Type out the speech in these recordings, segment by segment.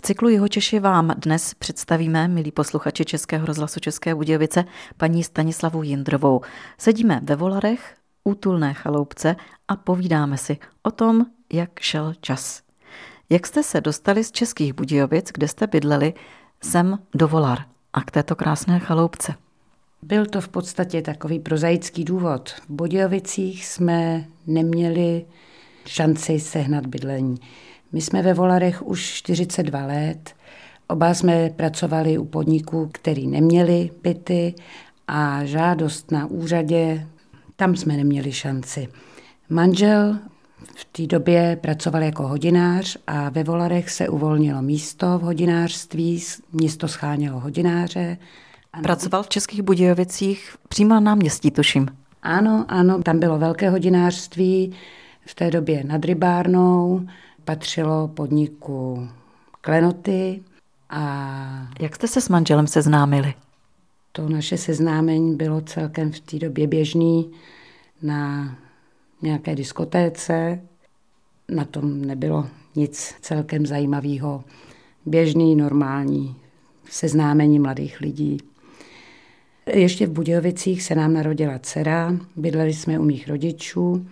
cyklu Jihočeši vám dnes představíme, milí posluchači Českého rozhlasu České Budějovice, paní Stanislavu Jindrovou. Sedíme ve Volarech, útulné chaloupce a povídáme si o tom, jak šel čas. Jak jste se dostali z Českých Budějovic, kde jste bydleli, sem do Volar a k této krásné chaloupce? Byl to v podstatě takový prozaický důvod. V Budějovicích jsme neměli šanci sehnat bydlení. My jsme ve Volarech už 42 let. Oba jsme pracovali u podniků, který neměli byty a žádost na úřadě, tam jsme neměli šanci. Manžel v té době pracoval jako hodinář a ve Volarech se uvolnilo místo v hodinářství, město schánělo hodináře. Pracoval v Českých Budějovicích přímo na náměstí, tuším. Ano, tam bylo velké hodinářství, v té době nad rybárnou, patřilo podniku Klenoty a... Jak jste se s manželem seznámili? To naše seznámení bylo celkem v té době běžný na nějaké diskotéce. Na tom nebylo nic celkem zajímavého. Běžný, normální seznámení mladých lidí. Ještě v Budějovicích se nám narodila dcera, bydleli jsme u mých rodičů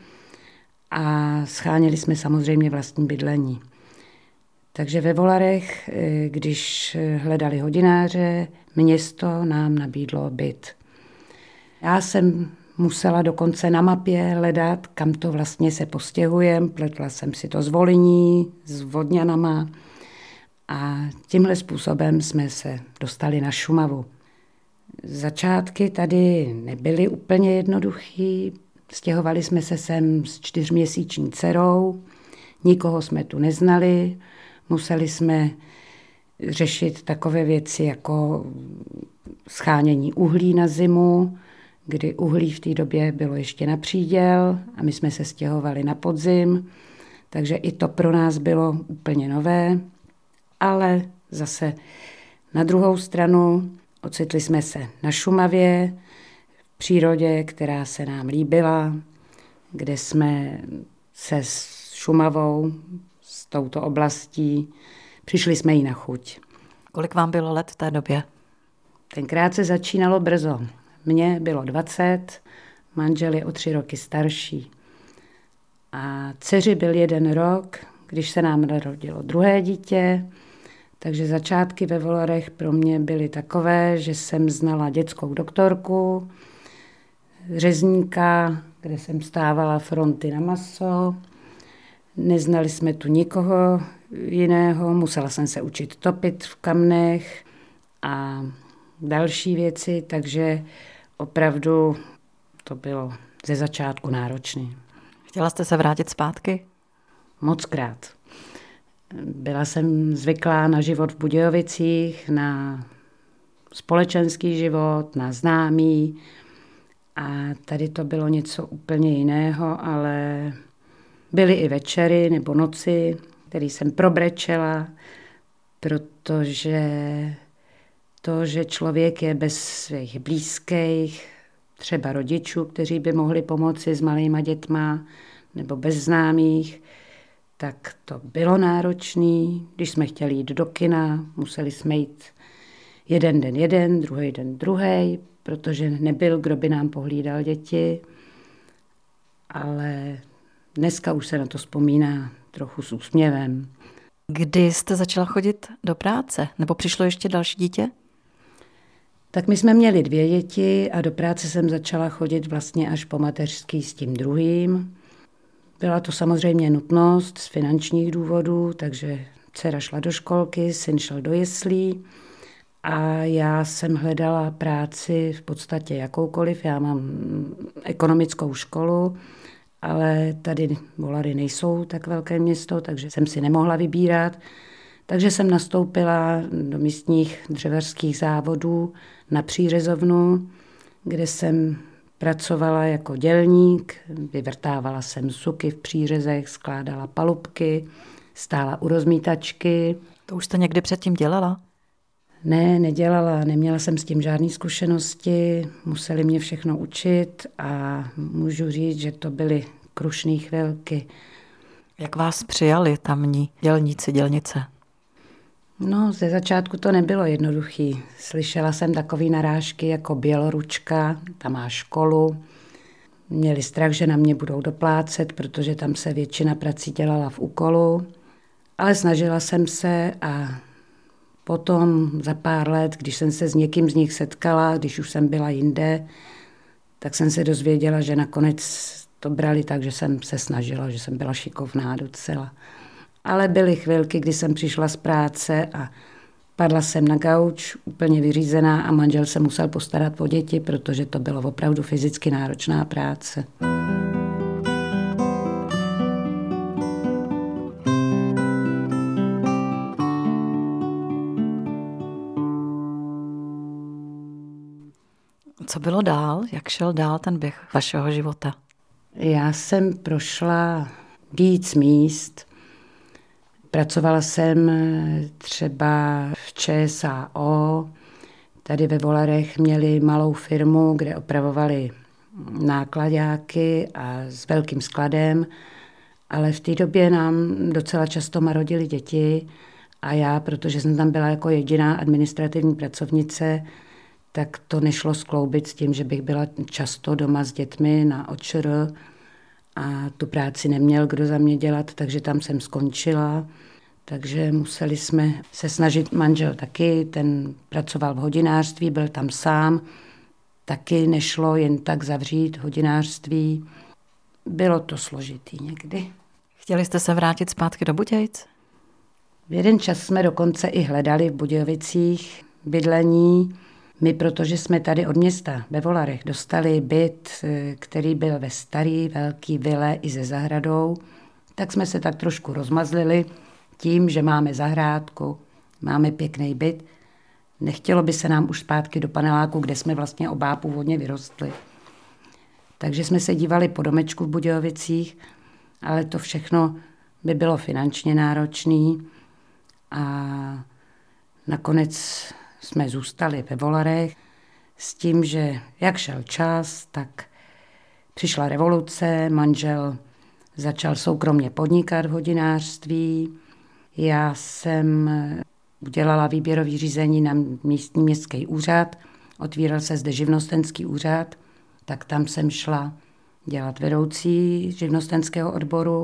a scháněli jsme samozřejmě vlastní bydlení. Takže ve Volarech, když hledali hodináře, město nám nabídlo byt. Já jsem musela dokonce na mapě hledat, kam to vlastně se postěhujem. Pletla jsem si to z Volyní, s Vodňanama a tímhle způsobem jsme se dostali na Šumavu. Začátky tady nebyly úplně jednoduchý. Stěhovali jsme se sem s 4měsíční dcerou, nikoho jsme tu neznali, museli jsme řešit takové věci jako schánění uhlí na zimu, kdy uhlí v té době bylo ještě na příděl a my jsme se stěhovali na podzim, takže i to pro nás bylo úplně nové, ale zase na druhou stranu ocitli jsme se na Šumavě, v přírodě, která se nám líbila, kde jsme se s Šumavou, s touto oblastí, přišli jsme jí na chuť. Kolik vám bylo let v té době? Tenkrát se začínalo brzo. Mně bylo 20, manžel je o 3 roky starší. A dceři byl 1 rok, když se nám narodilo druhé dítě, takže začátky ve Volarech pro mě byly takové, že jsem znala dětskou doktorku, řezníka, kde jsem stávala fronty na maso. Neznali jsme tu nikoho jiného, musela jsem se učit topit v kamnech a další věci, takže opravdu to bylo ze začátku náročné. Chtěla jste se vrátit zpátky? Mockrát. Byla jsem zvyklá na život v Budějovicích, na společenský život, na známí a tady to bylo něco úplně jiného, ale byly i večery nebo noci, které jsem probrečela, protože to, že člověk je bez svých blízkých, třeba rodičů, kteří by mohli pomoci s malýma dětma, nebo bez známých, tak to bylo náročné. Když jsme chtěli jít do kina, museli jsme jít jeden den jeden, druhý den druhý, protože nebyl, kdo by nám pohlídal děti. Ale dneska už se na to vzpomíná trochu s úsměvem. Kdy jste začala chodit do práce? Nebo přišlo ještě další dítě? Tak my jsme měli 2 děti a do práce jsem začala chodit vlastně až po mateřský s tím druhým. Byla to samozřejmě nutnost z finančních důvodů, takže dcera šla do školky, syn šel do jeslí a já jsem hledala práci v podstatě jakoukoliv. Já mám ekonomickou školu, ale tady Volary nejsou tak velké město, takže jsem si nemohla vybírat. Takže jsem nastoupila do místních dřevařských závodů na přířezovnu, kde jsem pracovala jako dělník, vyvrtávala jsem suky v přířezech, skládala palubky, stála u rozmítačky. To už jste někdy předtím dělala? Ne, nedělala, neměla jsem s tím žádné zkušenosti, museli mě všechno učit a můžu říct, že to byly krušné chvilky. Jak vás přijali tamní dělníci, dělnice? No, ze začátku to nebylo jednoduchý. Slyšela jsem takový narážky jako Běloručka, tam má školu. Měli strach, že na mě budou doplácet, protože tam se většina prací dělala v úkolu. Ale snažila jsem se a potom za pár let, když jsem se s někým z nich setkala, když už jsem byla jinde, tak jsem se dozvěděla, že nakonec to brali tak, že jsem se snažila, že jsem byla šikovná docela. Ale byly chvilky, kdy jsem přišla z práce a padla jsem na gauč, úplně vyřízená a manžel se musel postarat o děti, protože to bylo opravdu fyzicky náročná práce. Co bylo dál? Jak šel dál ten běh vašeho života? Já jsem prošla víc míst. Pracovala jsem třeba v ČSAO. Tady ve Volarech měli malou firmu, kde opravovali nákladáky a s velkým skladem, ale v té době nám docela často marodili děti a já, protože jsem tam byla jako jediná administrativní pracovnice, tak to nešlo skloubit s tím, že bych byla často doma s dětmi na OČR a tu práci neměl kdo za mě dělat, takže tam jsem skončila. Takže museli jsme se snažit, manžel taky, ten pracoval v hodinářství, byl tam sám, taky nešlo jen tak zavřít hodinářství. Bylo to složitý někdy. Chtěli jste se vrátit zpátky do Budějic? V jeden čas jsme dokonce i hledali v Budějovicích bydlení. My, protože jsme tady od města ve Volarech dostali byt, který byl ve starý velký vile i se zahradou, tak jsme se tak trošku rozmazlili tím, že máme zahrádku, máme pěkný byt. Nechtělo by se nám už zpátky do paneláku, kde jsme vlastně oba původně vyrostli. Takže jsme se dívali po domečku v Budějovicích, ale to všechno by bylo finančně náročné a nakonec jsme zůstali ve Volarech s tím, že jak šel čas, tak přišla revoluce, manžel začal soukromně podnikat v hodinářství. Já jsem udělala výběrový řízení na místní městský úřad, otvíral se zde živnostenský úřad, tak tam jsem šla dělat vedoucí živnostenského odboru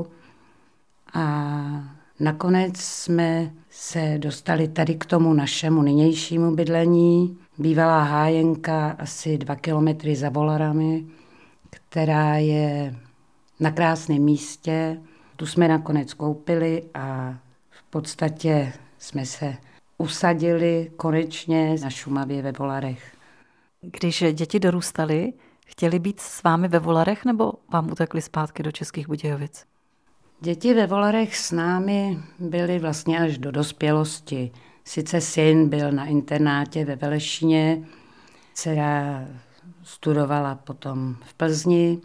a nakonec jsme se dostali tady k tomu našemu nynějšímu bydlení. Bývalá hájenka asi 2 kilometry za Volarami, která je na krásném místě. Tu jsme nakonec koupili a v podstatě jsme se usadili konečně na Šumavě ve Volarech. Když děti dorůstaly, chtěli být s vámi ve Volarech nebo vám utekli zpátky do Českých Budějovic? Děti ve Volarech s námi byly vlastně až do dospělosti. Sice syn byl na internátě ve Velešíně, dcera studovala potom v Plzni,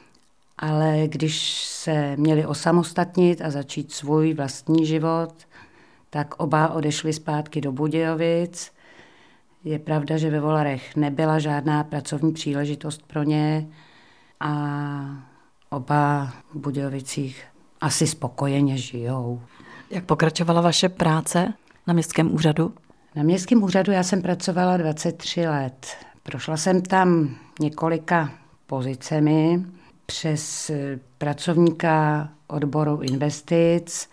ale když se měli osamostatnit a začít svůj vlastní život, tak oba odešli zpátky do Budějovic. Je pravda, že ve Volarech nebyla žádná pracovní příležitost pro ně a oba v Budějovicích asi spokojeně žijou. Jak pokračovala vaše práce na městském úřadu? Na městském úřadu já jsem pracovala 23 let. Prošla jsem tam několika pozicemi přes pracovníka odboru investic,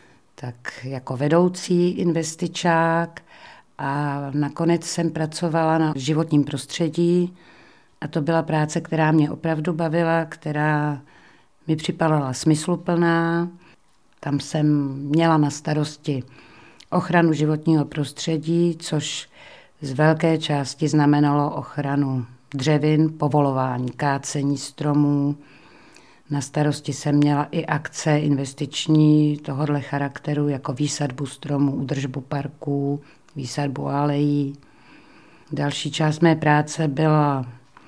tak jako vedoucí investičák a nakonec jsem pracovala na životním prostředí a to byla práce, která mě opravdu bavila, která mi připadala smysluplná. Tam jsem měla na starosti ochranu životního prostředí, což z velké části znamenalo ochranu dřevin, povolování, kácení stromů. Na starosti jsem měla i akce investiční tohohle charakteru, jako výsadbu stromů, údržbu parků, výsadbu alejí. Další část mé práce byla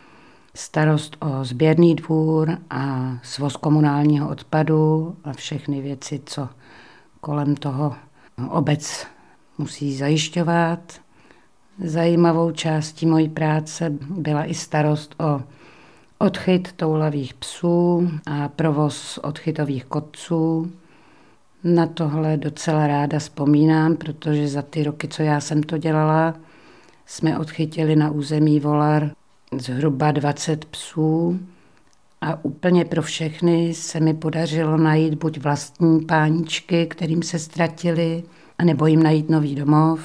starost o sběrný dvůr a svoz komunálního odpadu a všechny věci, co kolem toho obec musí zajišťovat. Zajímavou částí mojí práce byla i starost o odchyt toulavých psů a provoz odchytových kotců. Na tohle docela ráda vzpomínám, protože za ty roky, co já jsem to dělala, jsme odchytili na území Volar zhruba 20 psů a úplně pro všechny se mi podařilo najít buď vlastní páničky, kterým se ztratili, anebo jim najít nový domov.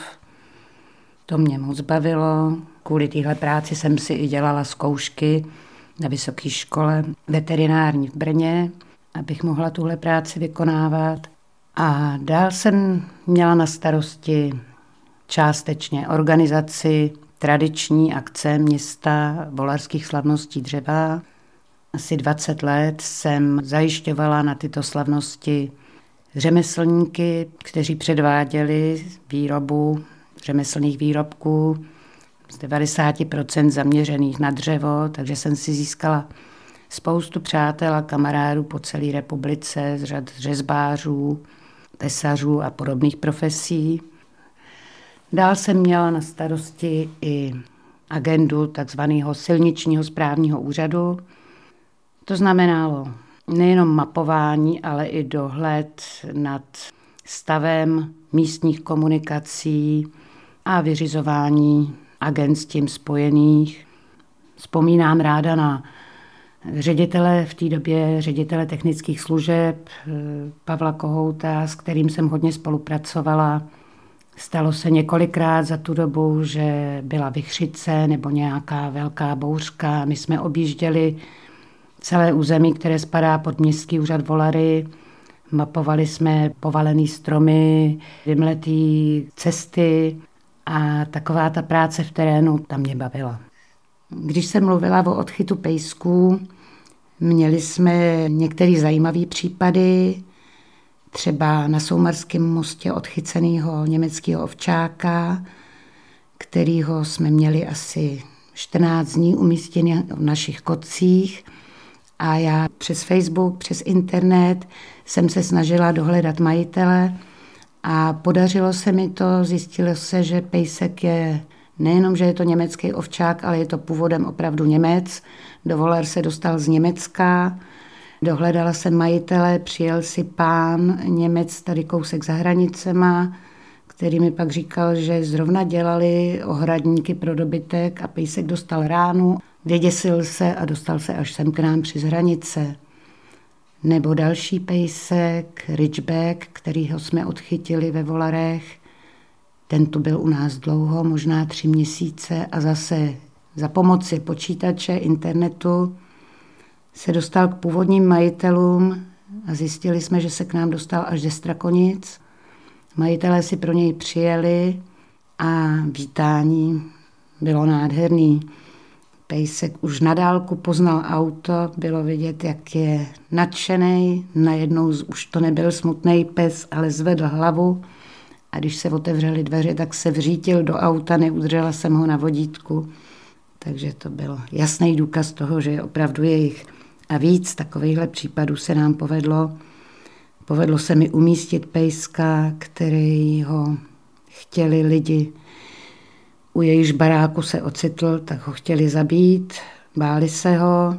To mě moc bavilo. Kvůli téhle práci jsem si i dělala zkoušky na vysoké škole veterinární v Brně, abych mohla tuhle práci vykonávat. A dál jsem měla na starosti částečně organizaci tradiční akce města Volarských slavností dřeva. Asi 20 let jsem zajišťovala na tyto slavnosti řemeslníky, kteří předváděli výrobu řemeslných výrobků z 90% zaměřených na dřevo, takže jsem si získala spoustu přátel a kamarádů po celé republice z řad řezbářů, tesařů a podobných profesí. Dál jsem měla na starosti i agendu takzvaného silničního správního úřadu. To znamenalo nejenom mapování, ale i dohled nad stavem místních komunikací a vyřizování agend s tím spojených. Vzpomínám ráda na ředitele v té době, ředitele technických služeb Pavla Kohouta, s kterým jsem hodně spolupracovala. Stalo se několikrát za tu dobu, že byla vichřice nebo nějaká velká bouřka. My jsme objížděli celé území, které spadá pod Městský úřad Volary. Mapovali jsme povalené stromy, vymletý cesty a taková ta práce v terénu tam mě bavila. Když jsem mluvila o odchytu pejsků, měli jsme některé zajímavé případy, třeba na Soumarském mostě odchycenýho německého ovčáka, kterýho jsme měli asi 14 dní umístěný v našich kotcích. A já přes Facebook, přes internet jsem se snažila dohledat majitele a podařilo se mi to. Zjistilo se, že pejsek je nejenom, že je to německý ovčák, ale je to původem opravdu Němec. Do Volar se dostal z Německa. Dohledala jsem majitele, přijel si pán Němec tady kousek za hranicema, který mi pak říkal, že zrovna dělali ohradníky pro dobytek a pejsek dostal ránu, vyděsil se a dostal se až sem k nám přes hranice. Nebo další pejsek, Ridgeback, kterýho jsme odchytili ve Volarech. Ten tu byl u nás dlouho, možná 3 měsíce a zase za pomoci počítače, internetu se dostal k původním majitelům a zjistili jsme, že se k nám dostal až ze Strakonic. Majitelé si pro něj přijeli a vítání bylo nádherný. Pejsek už na dálku poznal auto, bylo vidět, jak je nadšenej. Najednou už to nebyl smutný pes, ale zvedl hlavu a když se otevřely dveře, tak se vřítil do auta, neudržela jsem ho na vodítku. Takže to byl jasný důkaz toho, že je opravdu jejich. A víc takovýchhle případů se nám povedlo. Povedlo se mi umístit pejska, kterýho chtěli lidi, u jejíž baráku se ocitl, tak ho chtěli zabít, báli se ho.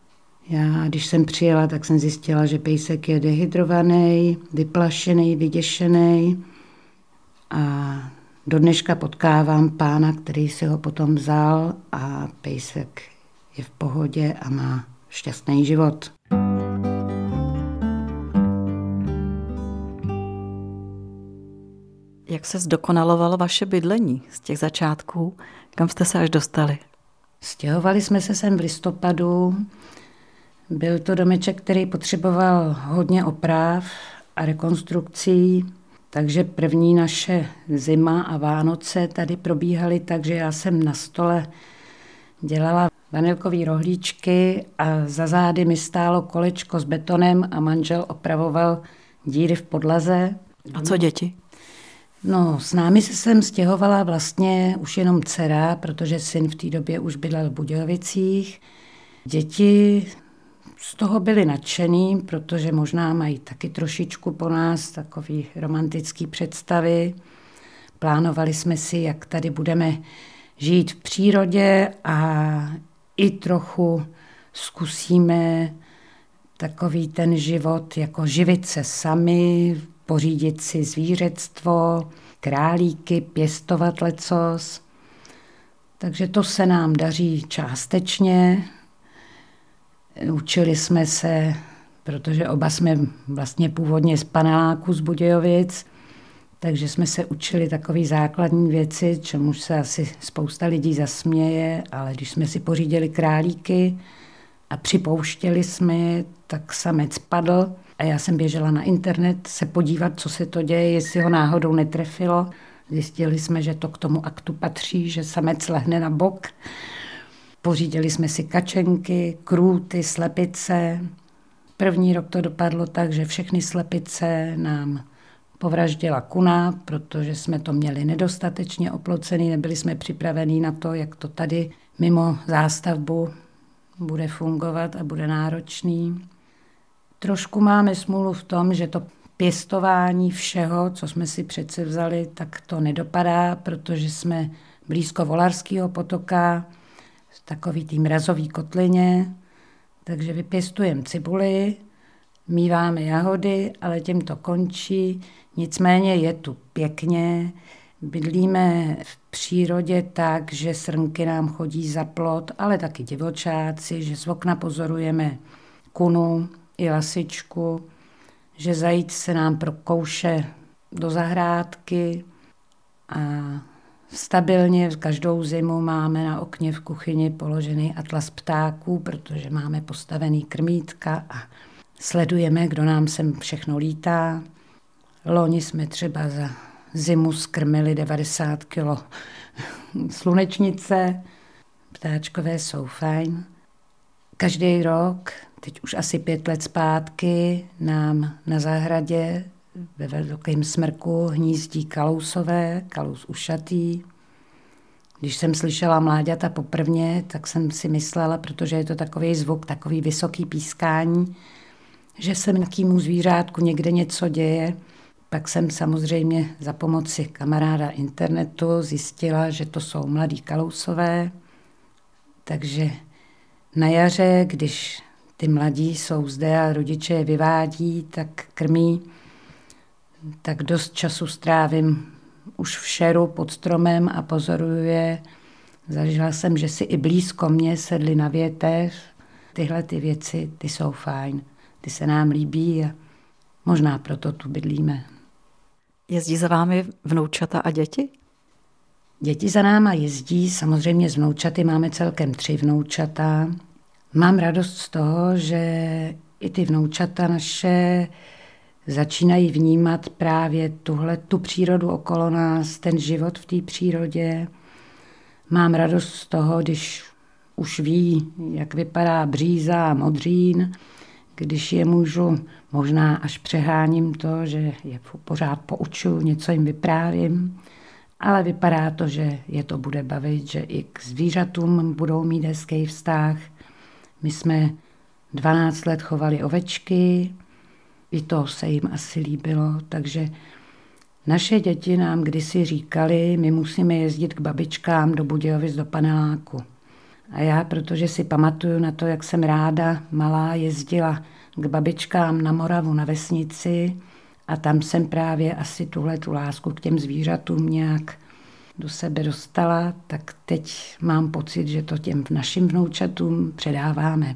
Já, když jsem přijela, tak jsem zjistila, že pejsek je dehydrovaný, vyplašený, vyděšený. A do dneška potkávám pána, který si ho potom vzal a pejsek je v pohodě a má šťastný život. Jak se zdokonalovalo vaše bydlení z těch začátků? Kam jste se až dostali? Stěhovali jsme se sem v listopadu. Byl to domeček, který potřeboval hodně oprav a rekonstrukcí, takže první naše zima a Vánoce tady probíhaly tak, že já jsem na stole dělala vanilkové rohlíčky a za zády mi stálo kolečko s betonem a manžel opravoval díry v podlaze. A co děti? No, s námi se sem stěhovala vlastně už jenom dcera, protože syn v té době už bydlel v Budějovicích. Děti z toho byli nadšený, protože možná mají taky trošičku po nás takový romantický představy. Plánovali jsme si, jak tady budeme žít v přírodě a i trochu zkusíme takový ten život, jako živit se sami, pořídit si zvířectvo, králíky, pěstovat lecos. Takže to se nám daří částečně. Učili jsme se, protože oba jsme vlastně původně z paneláku z Budějovic, takže jsme se učili takové základní věci, čemuž se asi spousta lidí zasměje, ale když jsme si pořídili králíky a připouštěli jsme je, tak samec padl a já jsem běžela na internet se podívat, co se to děje, jestli ho náhodou netrefilo. Zjistili jsme, že to k tomu aktu patří, že samec lehne na bok. Pořídili jsme si kačenky, krůty, slepice. První rok to dopadlo tak, že všechny slepice nám povraždila kuna, protože jsme to měli nedostatečně oplocený, nebyli jsme připravení na to, jak to tady mimo zástavbu bude fungovat a bude náročný. Trošku máme smůlu v tom, že to pěstování všeho, co jsme si přece vzali, tak to nedopadá, protože jsme blízko Volarského potoka, v takový tý mrazový kotlině, takže vypěstujeme cibuli, míváme jahody, ale tím to končí. Nicméně je tu pěkně, bydlíme v přírodě tak, že srnky nám chodí za plot, ale taky divočáci, že z okna pozorujeme kunu i lasičku, že zajíc se nám prokouše do zahrádky a stabilně každou zimu máme na okně v kuchyni položený atlas ptáků, protože máme postavený krmítka a sledujeme, kdo nám sem všechno lítá. Loni jsme třeba za zimu skrmili 90 kilo slunečnice. Ptáčkové jsou fajn. Každý rok, teď už asi 5 let zpátky, nám na zahradě ve velkém smrku hnízdí kalousové, kalous ušatý. Když jsem slyšela mláďata poprvně, tak jsem si myslela, protože je to takový zvuk, takový vysoký pískání, že se nějakému zvířátku někde něco děje. Pak jsem samozřejmě za pomoci kamaráda internetu zjistila, že to jsou mladí kalousové. Takže na jaře, když ty mladí jsou zde a rodiče je vyvádí, tak krmí, tak dost času strávím už v šeru pod stromem a pozoruju je. Zažila jsem, že si i blízko mě sedli na větev. Tyhle ty věci, ty jsou fajn, ty se nám líbí a možná proto tu bydlíme. Jezdí za vámi vnoučata a děti? Děti za náma jezdí, samozřejmě s vnoučaty máme celkem 3 vnoučata. Mám radost z toho, že i ty vnoučata naše začínají vnímat právě tu přírodu okolo nás, ten život v té přírodě. Mám radost z toho, když už ví, jak vypadá bříza a modřín, když je můžu, možná až přeháním to, že je pořád poučuju, něco jim vyprávím, ale vypadá to, že je to bude bavit, že i k zvířatům budou mít hezký vztah. My jsme 12 let chovali ovečky, i to se jim asi líbilo, takže naše děti nám kdysi říkali, my musíme jezdit k babičkám do Budějovic do paneláku. A já, protože si pamatuju na to, jak jsem ráda malá jezdila k babičkám na Moravu na vesnici a tam jsem právě asi tu lásku k těm zvířatům nějak do sebe dostala, tak teď mám pocit, že to těm našim vnoučatům předáváme.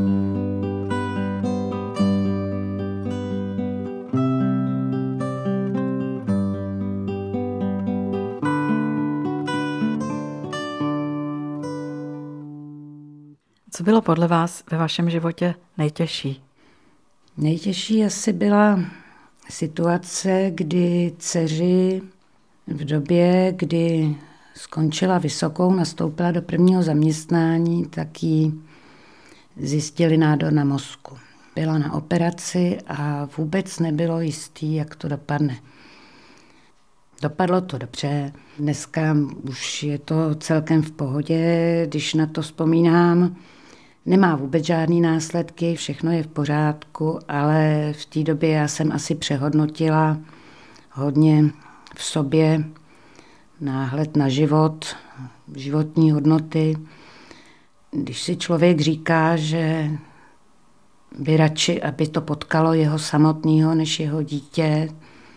Co bylo podle vás ve vašem životě nejtěžší? Nejtěžší asi byla situace, kdy dceři v době, kdy skončila vysokou, nastoupila do prvního zaměstnání, tak jí zjistili nádor na mozku. Byla na operaci a vůbec nebylo jistý, jak to dopadne. Dopadlo to dobře. Dneska už je to celkem v pohodě, když na to vzpomínám. Nemá vůbec žádný následky, všechno je v pořádku, ale v té době já jsem asi přehodnotila hodně v sobě náhled na život, životní hodnoty. Když si člověk říká, že by radši, aby to potkalo jeho samotného než jeho dítě,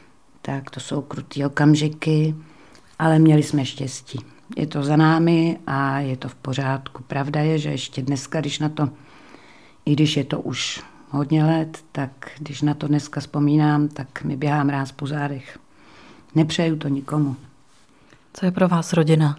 tak to jsou krutý okamžiky, ale měli jsme štěstí. Je to za námi a je to v pořádku. Pravda je, že ještě dneska, když na to, i když je to už hodně let, tak když na to dneska vzpomínám, tak mi běhá mráz po zádech. Nepřeju to nikomu. Co je pro vás rodina?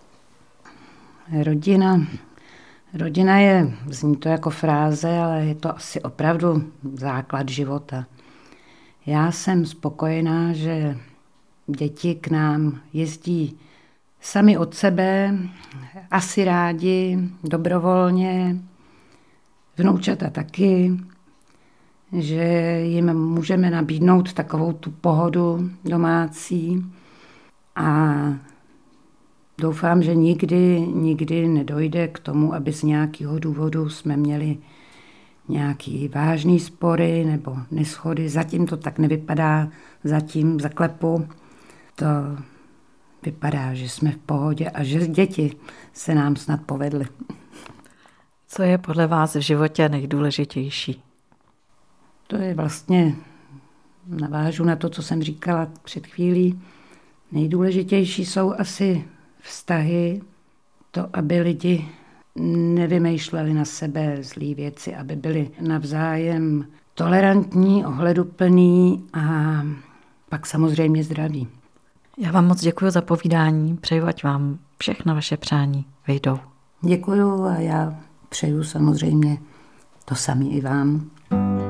Rodina je, zní to jako fráze, ale je to asi opravdu základ života. Já jsem spokojená, že děti k nám jezdí sami od sebe, asi rádi, dobrovolně, vnoučata taky, že jim můžeme nabídnout takovou tu pohodu domácí a doufám, že nikdy nedojde k tomu, aby z nějakého důvodu jsme měli nějaký vážný spory nebo neshody. Zatím to tak nevypadá, zatím zaklepu. To vypadá, že jsme v pohodě a že děti se nám snad povedly. Co je podle vás v životě nejdůležitější? To je vlastně, navážu na to, co jsem říkala před chvílí. Nejdůležitější jsou asi vztahy, to, aby lidi nevymýšleli na sebe zlý věci, aby byli navzájem tolerantní, ohleduplní a pak samozřejmě zdraví. Já vám moc děkuji za povídání, přeju, ať vám všechna vaše přání vyjdou. Děkuju a já přeju samozřejmě to samé i vám.